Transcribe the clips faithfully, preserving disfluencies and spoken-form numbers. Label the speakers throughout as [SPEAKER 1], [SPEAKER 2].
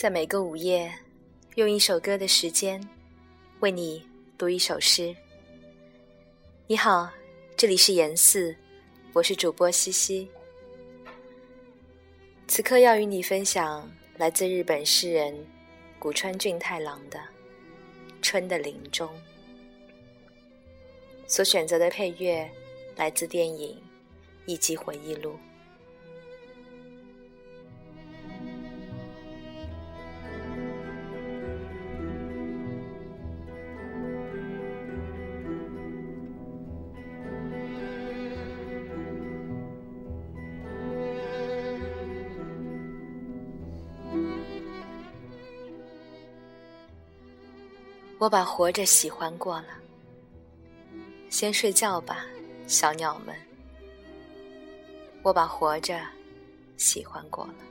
[SPEAKER 1] 在每个午夜，用一首歌的时间，为你读一首诗。你好，这里是言四，我是主播西西。此刻要与你分享来自日本诗人古川俊太郎的《春的林中》。所选择的配乐来自电影《一集回忆录》。我把活着喜欢过了，先睡觉吧，小鸟们。我把活着喜欢过了，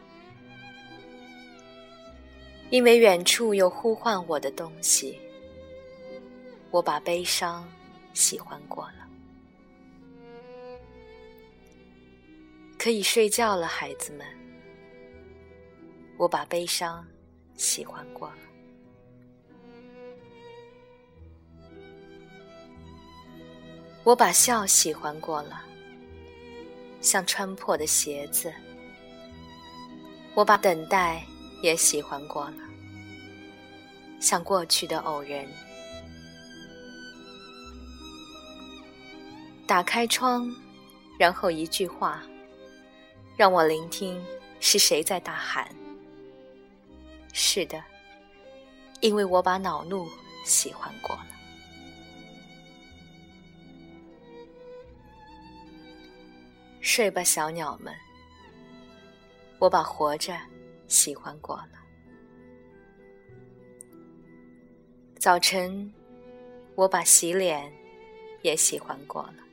[SPEAKER 1] 因为远处有呼唤我的东西。我把悲伤喜欢过了，可以睡觉了，孩子们。我把悲伤喜欢过了。我把笑喜欢过了，像穿破的鞋子。我把等待也喜欢过了，像过去的偶人。打开窗，然后一句话，让我聆听是谁在大喊。是的，因为我把恼怒喜欢过了。睡吧，小鸟们。我把活着喜欢过了。早晨，我把洗脸也喜欢过了。